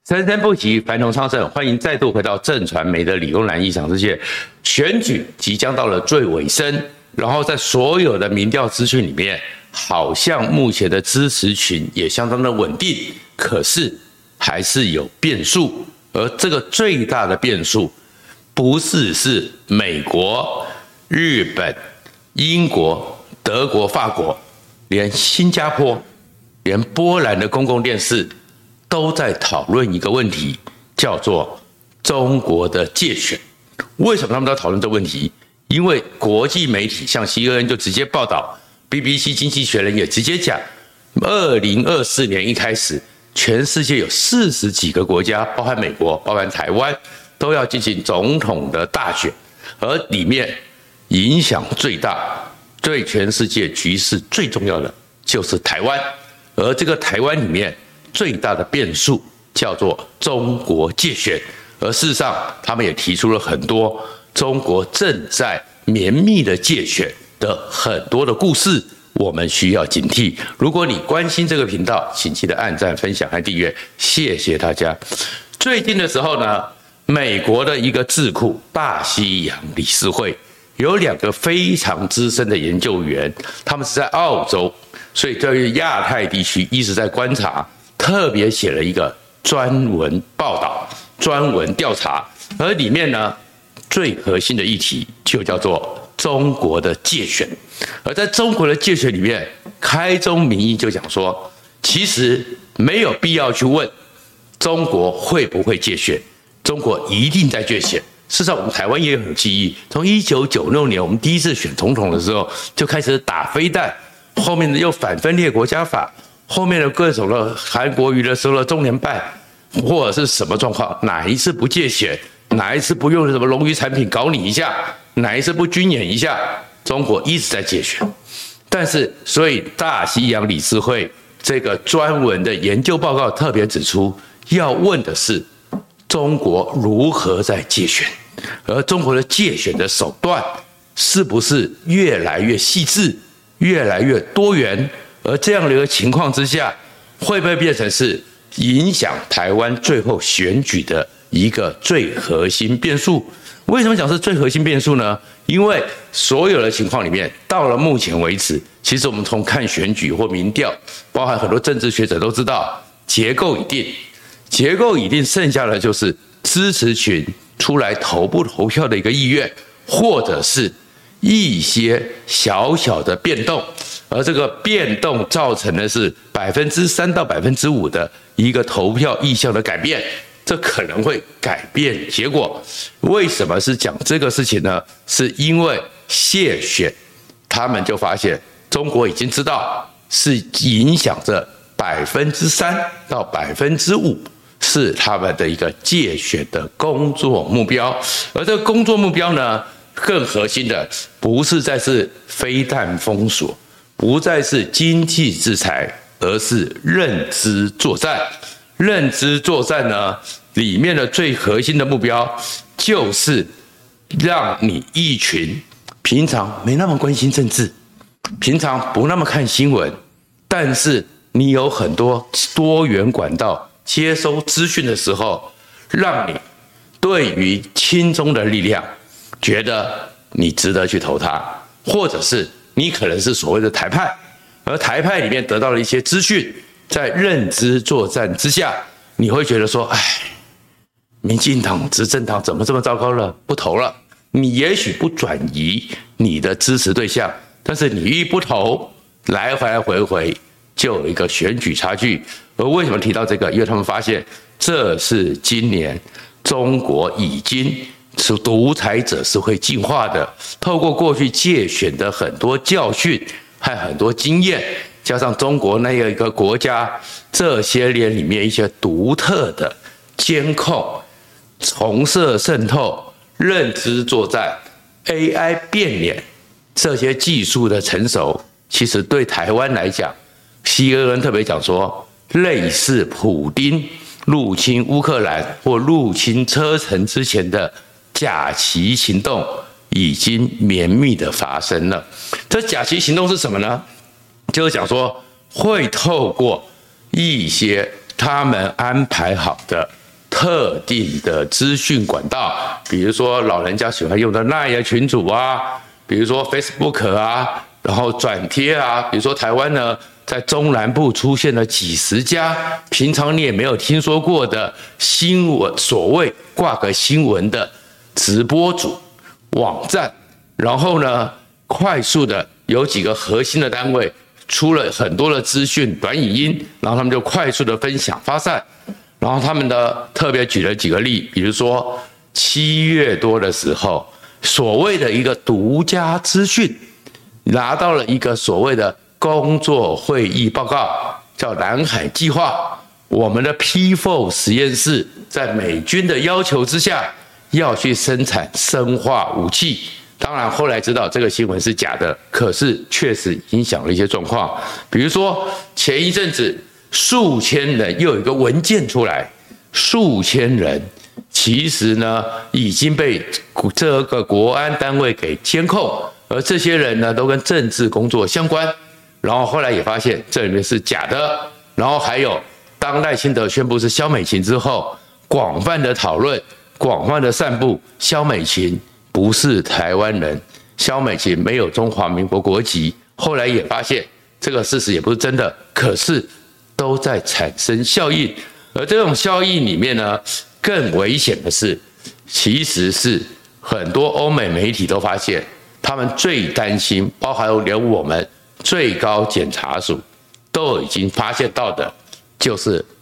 生生不息，繁荣昌盛。欢迎再度回到震传媒的理工男异想世界。选举即将到了最尾声，然后在所有的民调资讯里面，好像目前的支持群也相当的稳定，可是还是有变数。而这个最大的变数，不是美国、日本、英国、德国、法国，连新加坡、连波兰的公共电视都在讨论一个问题，叫做中国的介选。为什么他们都讨论这个问题？因为国际媒体像 CNN 就直接报道， BBC 经济学人也直接讲，2024年一开始，全世界有40几个国家，包含美国、包含台湾，都要进行总统的大选，而里面影响最大、对全世界局势最重要的就是台湾，而这个台湾里面最大的变数叫做中国介选，而事实上他们也提出了很多中国正在绵密的介选的很多的故事，我们需要警惕。如果你关心这个频道，请记得按赞、分享和订阅，谢谢大家。最近的时候呢，美国的一个智库大西洋理事会有2个非常资深的研究员，他们是在澳洲，所以对于亚太地区一直在观察，特别写了一个专文报道、专文调查，而里面呢，最核心的议题就叫做中国的介选。而在中国的介选里面，开宗明义就讲说，其实没有必要去问中国会不会介选，中国一定在介选。事实上，我们台湾也有记忆，从1996年我们第一次选总统的时候，就开始打飞弹，后面的又反分裂国家法，后面的各种的韩国瑜的时候的中联办，或者是什么状况，哪一次不介选，哪一次不用什么龙鱼产品搞你一下，哪一次不军演一下，中国一直在介选。但是，所以大西洋理事会这个专文的研究报告特别指出，要问的是中国如何在介选，而中国的介选的手段是不是越来越细致、越来越多元？而这样的一个情况之下，会不会变成是影响台湾最后选举的一个最核心变数？为什么讲是最核心变数呢？因为所有的情况里面，到了目前为止，其实我们从看选举或民调，包含很多政治学者都知道，结构已定，结构已定，剩下的就是支持群出来投不投票的一个意愿，或者是一些小小的变动，而这个变动造成的是3%到5%的一个投票意向的改变，这可能会改变结果。为什么是讲这个事情呢？是因为介选，他们就发现中国已经知道是影响着3%到5%是他们的一个介选的工作目标，而这个工作目标呢，更核心的不是再是飞弹封锁，不再是经济制裁，而是认知作战。认知作战呢，里面的最核心的目标就是让你一群平常没那么关心政治，平常不那么看新闻，但是你有很多多元管道接收资讯的时候，让你对于亲中的力量觉得你值得去投他，或者是你可能是所谓的台派，而台派里面得到了一些资讯，在认知作战之下，你会觉得说，民进党执政党怎么这么糟糕了，不投了。你也许不转移你的支持对象，但是你一不投，来回就有一个选举差距。而为什么提到这个？因为他们发现这是今年中国已经是独裁者是会进化的，透过过去介选的很多教训和很多经验，加上中国那一个国家这些年里面一些独特的监控、红色渗透、认知作战、AI 变脸这些技术的成熟，其实对台湾来讲，CNN特别讲说，类似普丁入侵乌克兰或入侵车臣之前的假旗行动已经绵密的发生了。这假旗行动是什么呢？就是讲说会透过一些他们安排好的特定的资讯管道，比如说老人家喜欢用的 LINE 群组啊，比如说 Facebook 啊，然后转贴啊，比如说台湾呢，在中南部出现了几十家平常你也没有听说过的新闻，所谓挂个新闻的直播主网站，然后呢，快速的有几个核心的单位出了很多的资讯短影音，然后他们就快速的分享发散。然后他们呢特别举了几个例，比如说7月多的时候，所谓的一个独家资讯，拿到了一个所谓的工作会议报告，叫南海计划。我们的 P4 实验室在美军的要求之下，要去生产生化武器。当然后来知道这个新闻是假的，可是确实影响了一些状况。比如说前一阵子数千人又有一个文件出来，数千人其实呢已经被这个国安单位给监控，而这些人呢都跟政治工作相关。然后后来也发现这里面是假的。然后还有当赖清德宣布是萧美琴之后，广泛的讨论，广泛的散布，萧美琴不是台湾人，萧美琴没有中华民国国籍。后来也发现这个事实也不是真的，可是都在产生效应。而这种效应里面呢，更危险的是，其实是很多欧美媒体都发现，他们最担心，包含连我们最高检察署都已经发现到的，就是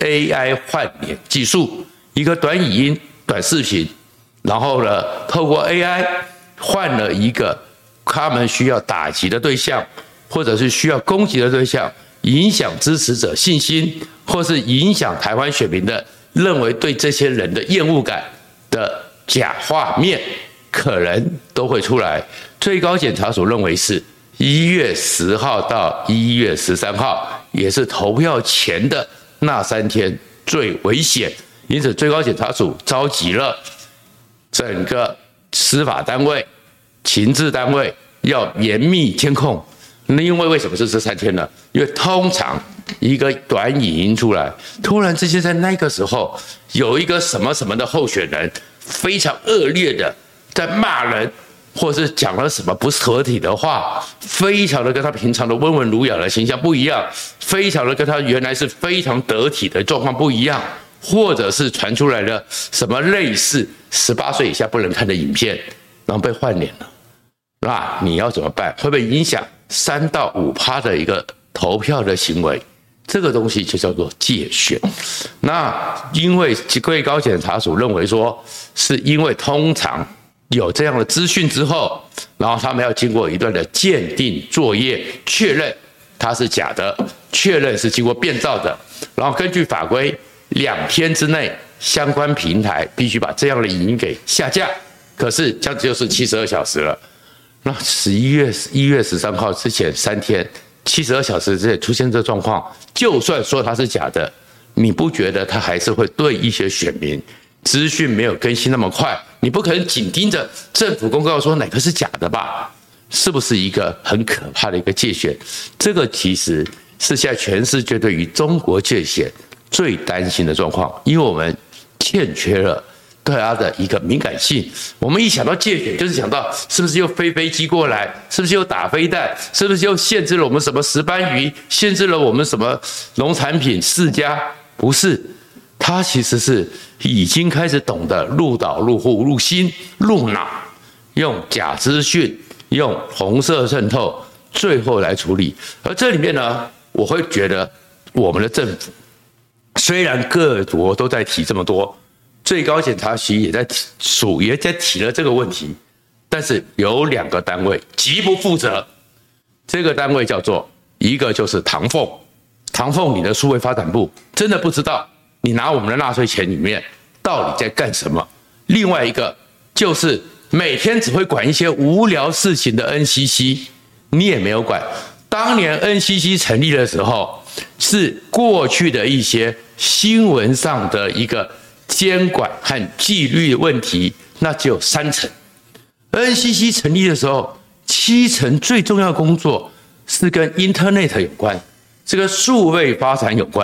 AI 换脸技术，一个短影音、短视频，然后呢，透过 AI 换了一个他们需要打击的对象，或者是需要攻击的对象，影响支持者信心，或是影响台湾选民的认为对这些人的厌恶感的假画面，可能都会出来。最高检察署认为是1月10号到1月13号，也是投票前的那3天最危险。因此，最高检察署召集了整个司法单位、情治单位要严密监控。那因为什么是这3天呢？因为通常一个短影音出来，突然之间在那个时候有一个什么什么的候选人非常恶劣的在骂人，或是讲了什么不合体的话，非常的跟他平常的温文儒雅的形象不一样，非常的跟他原来是非常得体的状况不一样，或者是传出来了什么类似18岁以下不能看的影片，然后被换脸了，那你要怎么办？会不会影响3到5%的一个投票的行为？这个东西就叫做介选。那因为最高检察署认为说，是因为通常有这样的资讯之后，然后他们要经过一段的鉴定作业，确认它是假的，确认是经过变造的，然后根据法规2天之内，相关平台必须把这样的影音给下架。可是这样就是72小时了。那1月13号之前3天，72小时之内出现这状况，就算说它是假的，你不觉得它还是会对一些选民资讯没有更新那么快？你不可能紧盯着政府公告说哪个是假的吧？是不是一个很可怕的一个界限？这个其实是现在全世界对于中国界限最担心的状况，因为我们欠缺了对它的一个敏感性。我们一想到界选，就是想到是不是又飞飞机过来，是不是又打飞弹，是不是又限制了我们什么石斑鱼，限制了我们什么农产品世家？不是，它其实是已经开始懂得入岛、入户、入心、入脑，用假资讯、用红色渗透，最后来处理。而这里面呢，我会觉得我们的政府虽然各国都在提这么多，最高检察局也在提了这个问题，但是有2个单位极不负责。这个单位叫做一个就是唐凤，唐凤你的数位发展部真的不知道你拿我们的纳税钱里面到底在干什么。另外一个就是每天只会管一些无聊事情的 NCC， 你也没有管。当年 NCC 成立的时候，是过去的一些新闻上的一个监管和纪律问题，那只有3成。NCC 成立的时候，7成最重要的工作是跟 Internet 有关，这个数位发展有关。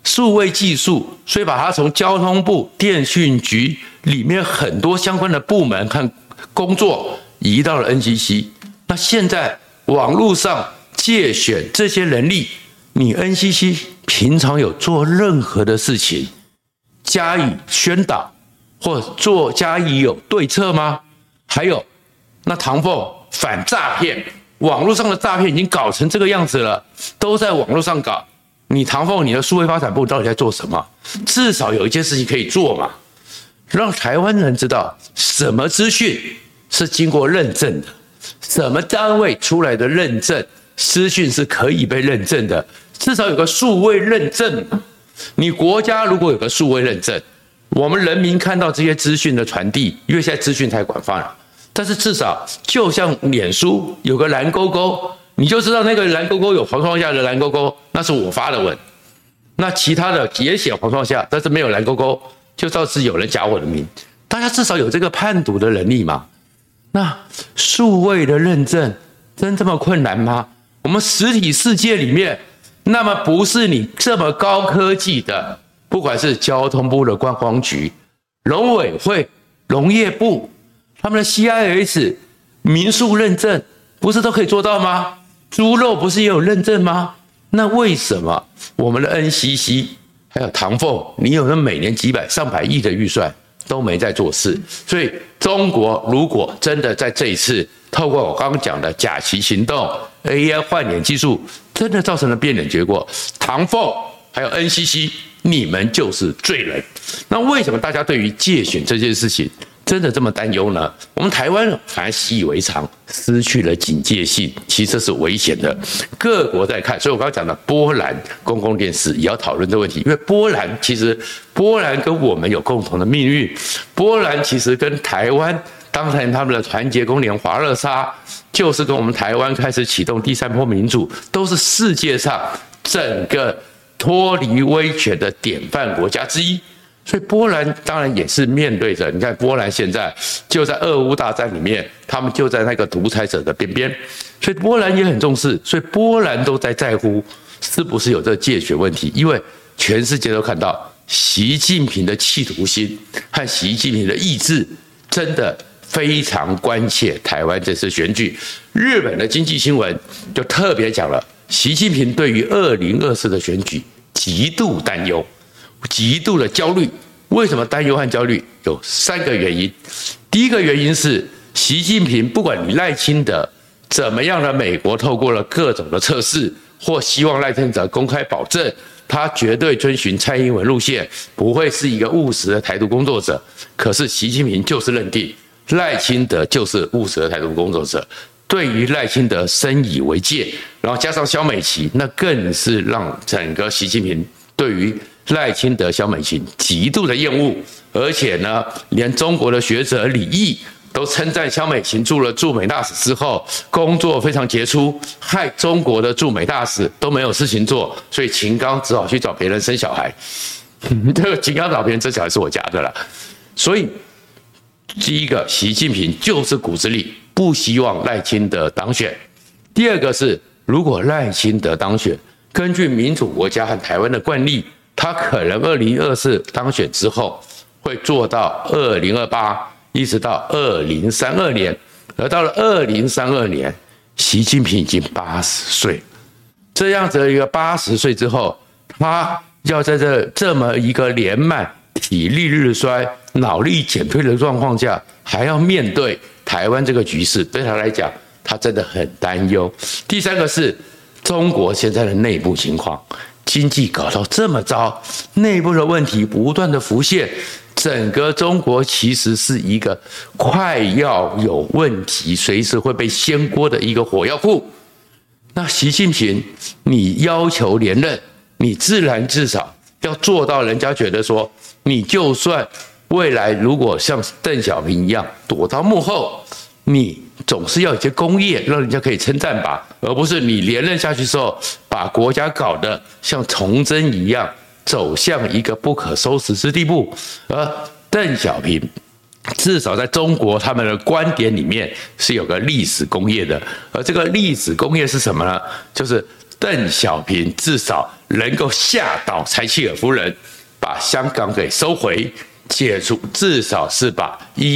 数位技术，所以把它从交通部、电讯局里面很多相关的部门和工作移到了 NCC。那现在网络上介选这些人力，你 NCC 平常有做任何的事情加以宣导或加以有对策吗？还有，那唐凤反诈骗，网络上的诈骗已经搞成这个样子了，都在网络上搞。你唐凤，你的数位发展部到底在做什么？至少有一件事情可以做嘛，让台湾人知道什么资讯是经过认证的，什么单位出来的认证资讯是可以被认证的，至少有个数位认证。你国家如果有个数位认证，我们人民看到这些资讯的传递，因为现在资讯太广泛了，但是至少就像脸书有个蓝勾勾，你就知道那个蓝勾勾有黄创夏的蓝勾勾，那是我发的文。那其他的也写黄创夏，但是没有蓝勾勾，就知道是有人假我的名。大家至少有这个判读的能力嘛？那数位的认证真这么困难吗？我们实体世界里面，那么不是你这么高科技的，不管是交通部的观光局、农委会、农业部，他们的 CIS 民宿认证，不是都可以做到吗？猪肉不是也有认证吗？那为什么我们的 NCC 还有唐凤，你有那每年几百上百亿的预算都没在做事？所以中国如果真的在这一次透过我刚刚讲的假旗行动、AI 换脸技术，真的造成了变脸结果，唐凤还有 NCC， 你们就是罪人。那为什么大家对于介选这件事情真的这么担忧呢？我们台湾反而习以为常，失去了警戒性，其实这是危险的。各国在看，所以我刚刚讲的波兰公共电视也要讨论这个问题，因为波兰跟我们有共同的命运，波兰其实跟台湾，当然他们的团结公联华勒沙，就是跟我们台湾开始启动第三波民主，都是世界上整个脱离威权的典范国家之一。所以波兰当然也是面对着，你看波兰现在就在俄乌大战里面，他们就在那个独裁者的边边，所以波兰也很重视，所以波兰都在乎是不是有这个介选问题，因为全世界都看到习近平的企图心和习近平的意志，真的非常关切台湾这次选举。日本的经济新闻就特别讲了，习近平对于2024的选举极度担忧，极度的焦虑。为什么担忧和焦虑？有3个原因。第一个原因是习近平不管你赖清德怎么样的，美国透过了各种的测试，或希望赖清德公开保证他绝对遵循蔡英文路线，不会是一个务实的台独工作者。可是习近平就是认定赖清德就是务实的台独工作者，对于赖清德深以为戒，然后加上萧美琴，那更是让整个习近平对于赖清德、萧美琴极度的厌恶。而且呢，连中国的学者李毅都称赞萧美琴驻了驻美大使之后，工作非常杰出，害中国的驻美大使都没有事情做，所以秦刚只好去找别人生小孩。这个秦刚找别人生小孩是我家的啦。所以第一个，习近平就是骨子里不希望赖清德当选。第二个是，如果赖清德当选，根据民主国家和台湾的惯例，他可能2024当选之后会做到2028，一直到2032年。而到了2032年，习近平已经80岁，这样子的一个80岁之后，他要在这么一个年迈、体力日衰、脑力减退的状况下，还要面对台湾这个局势，对他来讲，他真的很担忧。第三个是中国现在的内部情况，经济搞到这么糟，内部的问题不断的浮现，整个中国其实是一个快要有问题，随时会被掀锅的一个火药库。那习近平，你要求连任，你自然至少要做到人家觉得说，你就算未来如果像邓小平一样躲到幕后，你总是要有些功业让人家可以称赞吧，而不是你连任下去之后，把国家搞得像崇祯一样走向一个不可收拾之地步。而邓小平至少在中国他们的观点里面是有个历史功业的，而这个历史功业是什么呢？就是邓小平至少能够吓倒柴契尔夫人，把香港给收回，解除，至少是把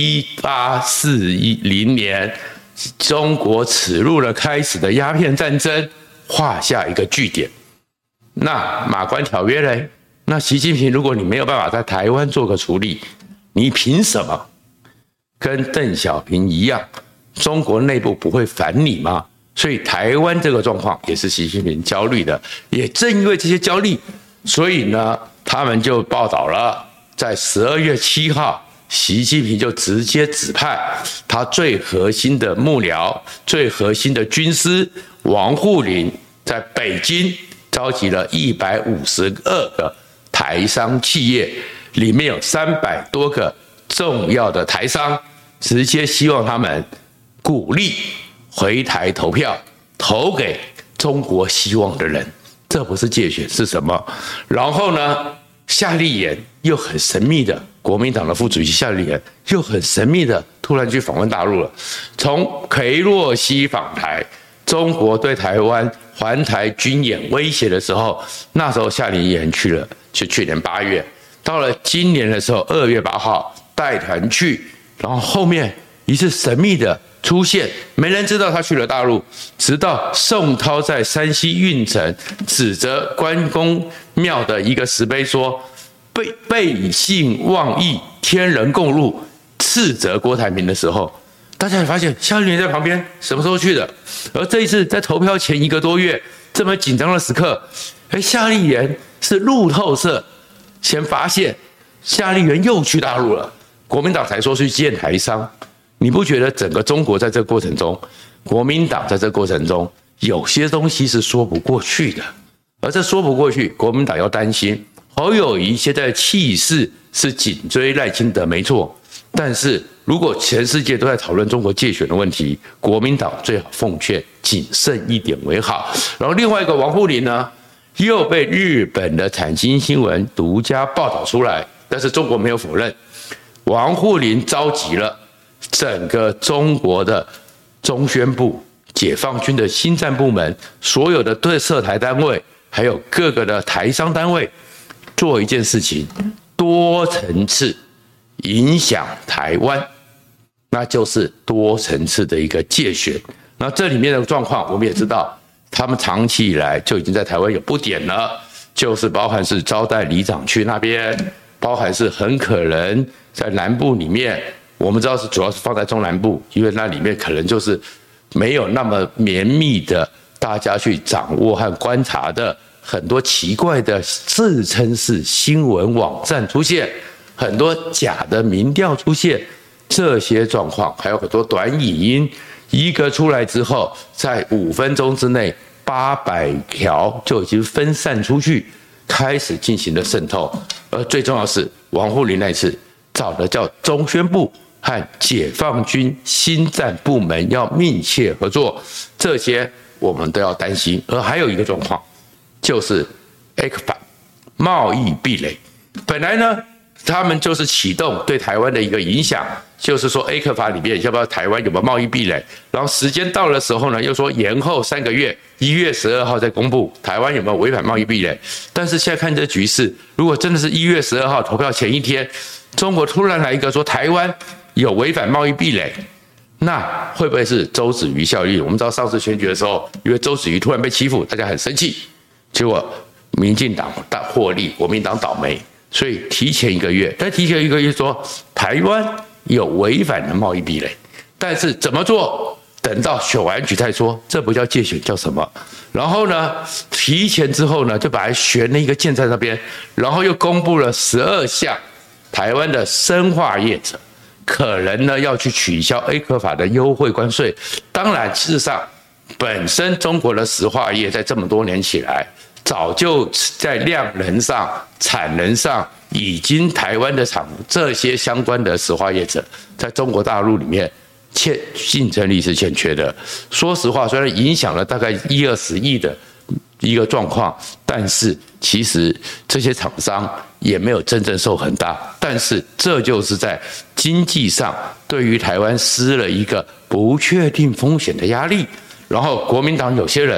1840年中国耻辱了开始的鸦片战争画下一个句点。那马关条约嘞？那习近平，如果你没有办法在台湾做个处理，你凭什么跟邓小平一样？中国内部不会烦你吗？所以台湾这个状况也是习近平焦虑的。也正因为这些焦虑，所以呢，他们就报道了，在12月7号，习近平就直接指派他最核心的幕僚、最核心的军师王沪宁，在北京召集了152个台商企业，里面有300多个重要的台商，直接希望他们鼓励回台投票，投给中国希望的人。这不是介选是什么？然后呢，夏立言又很神秘的，国民党的副主席夏立言又很神秘的突然去访问大陆了。从裴洛西访台，中国对台湾环台军演威胁的时候，那时候夏立言去了，就去年8月。到了今年的时候，2月8号带团去，然后后面一次神秘的出现，没人知道他去了大陆，直到宋涛在山西运城指责关公庙的一个石碑说背信忘义，天人共辱，斥责郭台铭的时候，大家也发现夏立言在旁边，什么时候去的？而这一次在投票前1个多月这么紧张的时刻，夏立言是路透社先发现夏立言又去大陆了，国民党才说去见台商。你不觉得整个中国在这个过程中，国民党在这个过程中有些东西是说不过去的？而这说不过去，国民党要担心。侯友宜现在的气势是紧追赖清德没错，但是如果全世界都在讨论中国介选的问题，国民党最好奉劝谨慎一点为好。然后另外一个王沪宁呢，又被日本的产经新闻独家报道出来，但是中国没有否认。王沪宁召集了整个中国的中宣部、解放军的心战部门、所有的对涉台单位，还有各个的台商单位，做一件事情，多层次影响台湾，那就是多层次的一个介选。那这里面的状况，我们也知道，他们长期以来就已经在台湾有布点了，就是包含是招待里长去那边，包含是很可能在南部里面。我们知道是主要是放在中南部，因为那里面可能就是没有那么绵密的大家去掌握和观察的很多奇怪的自称是新闻网站出现，很多假的民调出现，这些状况还有很多短影音，一个出来之后，在5分钟之内800条就已经分散出去，开始进行了渗透。而最重要的是，王沪宁那次找的叫中宣部和解放军心战部门要密切合作，这些我们都要担心。而还有一个状况，就是 ECFA 贸易壁垒，本来呢，他们就是启动对台湾的一个影响，就是说 ECFA 里面要不要台湾有没有贸易壁垒，然后时间到的时候呢，又说延后3个月，1月12号再公布台湾有没有违反贸易壁垒。但是现在看这局势，如果真的是1月12号投票前一天，中国突然来一个说台湾有违反贸易壁垒，那会不会是周子瑜效应？我们知道上次选举的时候，因为周子瑜突然被欺负，大家很生气，结果民进党获利，国民党倒霉，所以提前1个月。但提前1个月说台湾有违反的贸易壁垒，但是怎么做？等到选完举再说，这不叫介选，叫什么？然后呢，提前之后呢，就把它悬了一个箭在那边，然后又公布了12项台湾的生化业者可能呢要去取消 ECFA 的优惠关税。当然，事实上，本身中国的石化业在这么多年起来，早就在量能上、产能上，已经台湾的厂这些相关的石化业者，在中国大陆里面竞争力是欠缺的。说实话，虽然影响了大概10-20亿的一个状况，但是其实这些厂商也没有真正受很大，但是这就是在经济上对于台湾施了一个不确定风险的压力。然后国民党有些人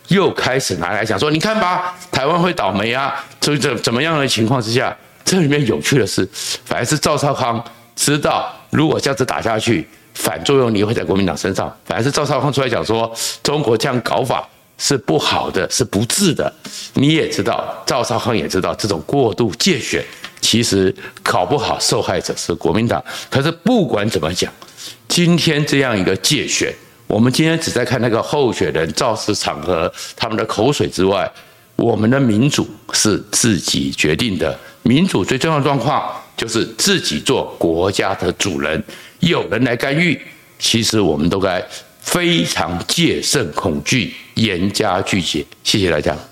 又开始拿来讲说，你看吧，台湾会倒霉啊，所以怎么样的情况之下，这里面有趣的是，反而是赵少康知道，如果这样子打下去，反作用力会在国民党身上，反而是赵少康出来讲说，中国这样搞法是不好的，是不智的。你也知道，赵少康也知道，这种过度介选，其实搞不好受害者是国民党。可是不管怎么讲，今天这样一个介选，我们今天只在看那个候选人造势场合他们的口水之外，我们的民主是自己决定的。民主最重要的状况就是自己做国家的主人，有人来干预，其实我们都该非常戒慎恐惧，严加拒绝。谢谢大家。